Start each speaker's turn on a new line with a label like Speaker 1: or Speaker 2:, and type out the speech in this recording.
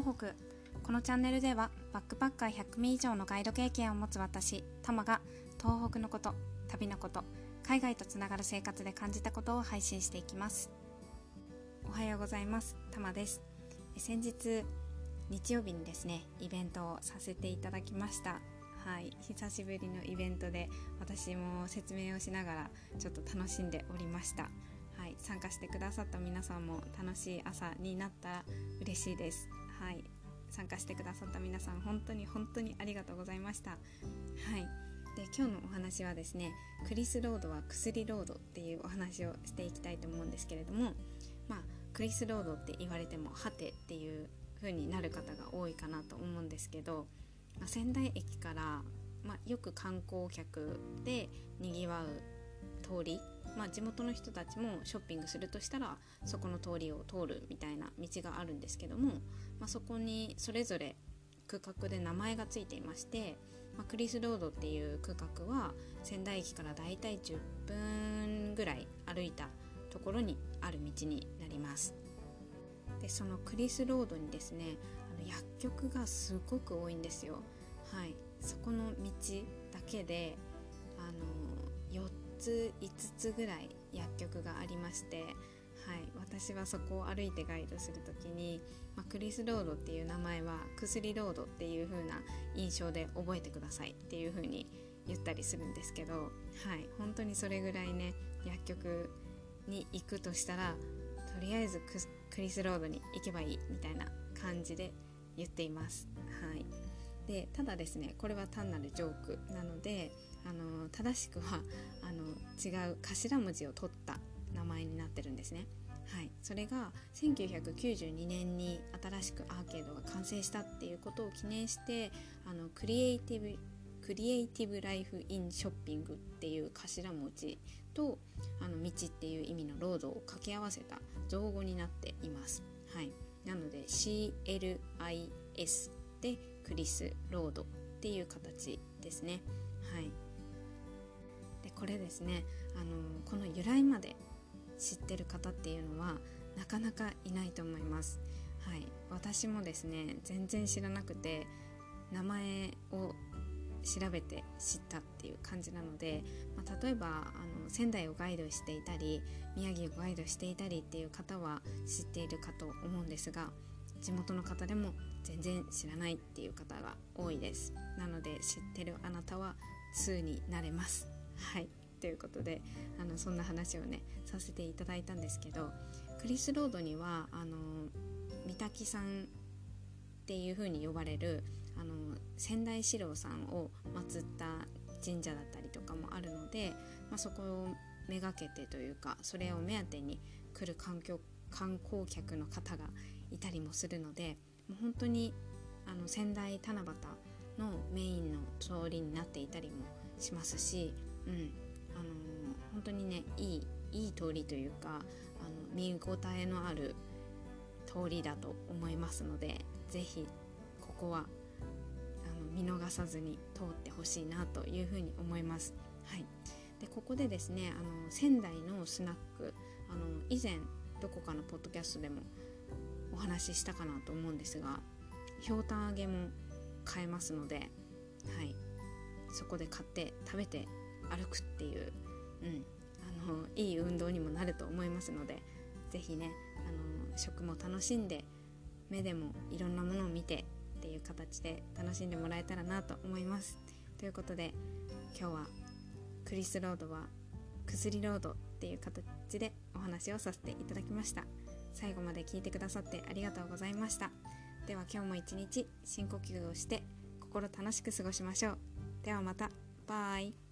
Speaker 1: 東北。このチャンネルではバックパッカー100名以上のガイド経験を持つ私タマが東北のこと、旅のこと、海外とつながる生活で感じたことを配信していきます。おはようございます。タマです。先日日曜日にですねイベントをさせていただきました。久しぶりのイベントで私も説明をしながらちょっと楽しんでおりました。参加してくださった皆さんも楽しい朝になったら嬉しいです。参加してくださった皆さん本当にありがとうございました。で今日のお話はですね、クリスロードは薬ロードっていうお話をしていきたいと思うんですけれども、クリスロードって言われてもはてっていう風になる方が多いかなと思うんですけど、仙台駅から、よく観光客でにぎわう通り、地元の人たちもショッピングするとしたらそこの通りを通るみたいな道があるんですけども、そこにそれぞれ区画で名前がついていまして、クリスロードっていう区画は仙台駅からだいたい10分ぐらい歩いたところにある道になります。でそのクリスロードにですね、薬局がすごく多いんですよ。そこの道だけで4つ5つぐらい薬局がありまして、私はそこを歩いてガイドするときに、クリスロードっていう名前は薬ロードっていう風な印象で覚えてくださいっていう風に言ったりするんですけど、本当にそれぐらいね、薬局に行くとしたらとりあえずクリスロードに行けばいいみたいな感じで言っています。でただですね、これは単なるジョークなので正しくは違う頭文字を取った名前になってるんですね。それが1992年に新しくアーケードが完成したっていうことを記念してクリエイティブライフインショッピングっていう頭文字と道っていう意味のロードを掛け合わせた造語になっています。なので CLIS でクリスロードっていう形ですね。でこれですね、この由来まで知ってる方っていうのはなかなかいないと思います。私もですね全然知らなくて、名前を調べて知ったっていう感じなので、例えば仙台をガイドしていたり宮城をガイドしていたりっていう方は知っているかと思うんですが、地元の方でも全然知らないっていう方が多いです。なので知ってるあなたは2になれます。ということでそんな話をねさせていただいたんですけど、クリスロードには御嶽さんっていう風に呼ばれる仙台四郎さんを祀った神社だったりとかもあるので、そこをめがけてというかそれを目当てに来る観光客の方がいたりもするので、もう本当に仙台七夕のメインの通りになっていたりもしますし、本当にねいい通りというか見応えのある通りだと思いますので、ぜひここは見逃さずに通ってほしいなというふうに思います。でここでですね仙台のスナック以前どこかのポッドキャストでもお話ししたかなと思うんですが、ひょうたん揚げも買えますので、そこで買って食べて歩くっていう、いい運動にもなると思いますので、ぜひね食も楽しんで目でもいろんなものを見てっていう形で楽しんでもらえたらなと思います。ということで今日はクリスロードは薬ロードっていう形でお話をさせていただきました。最後まで聞いてくださってありがとうございました。では今日も一日深呼吸をして心楽しく過ごしましょう。ではまた。バイ。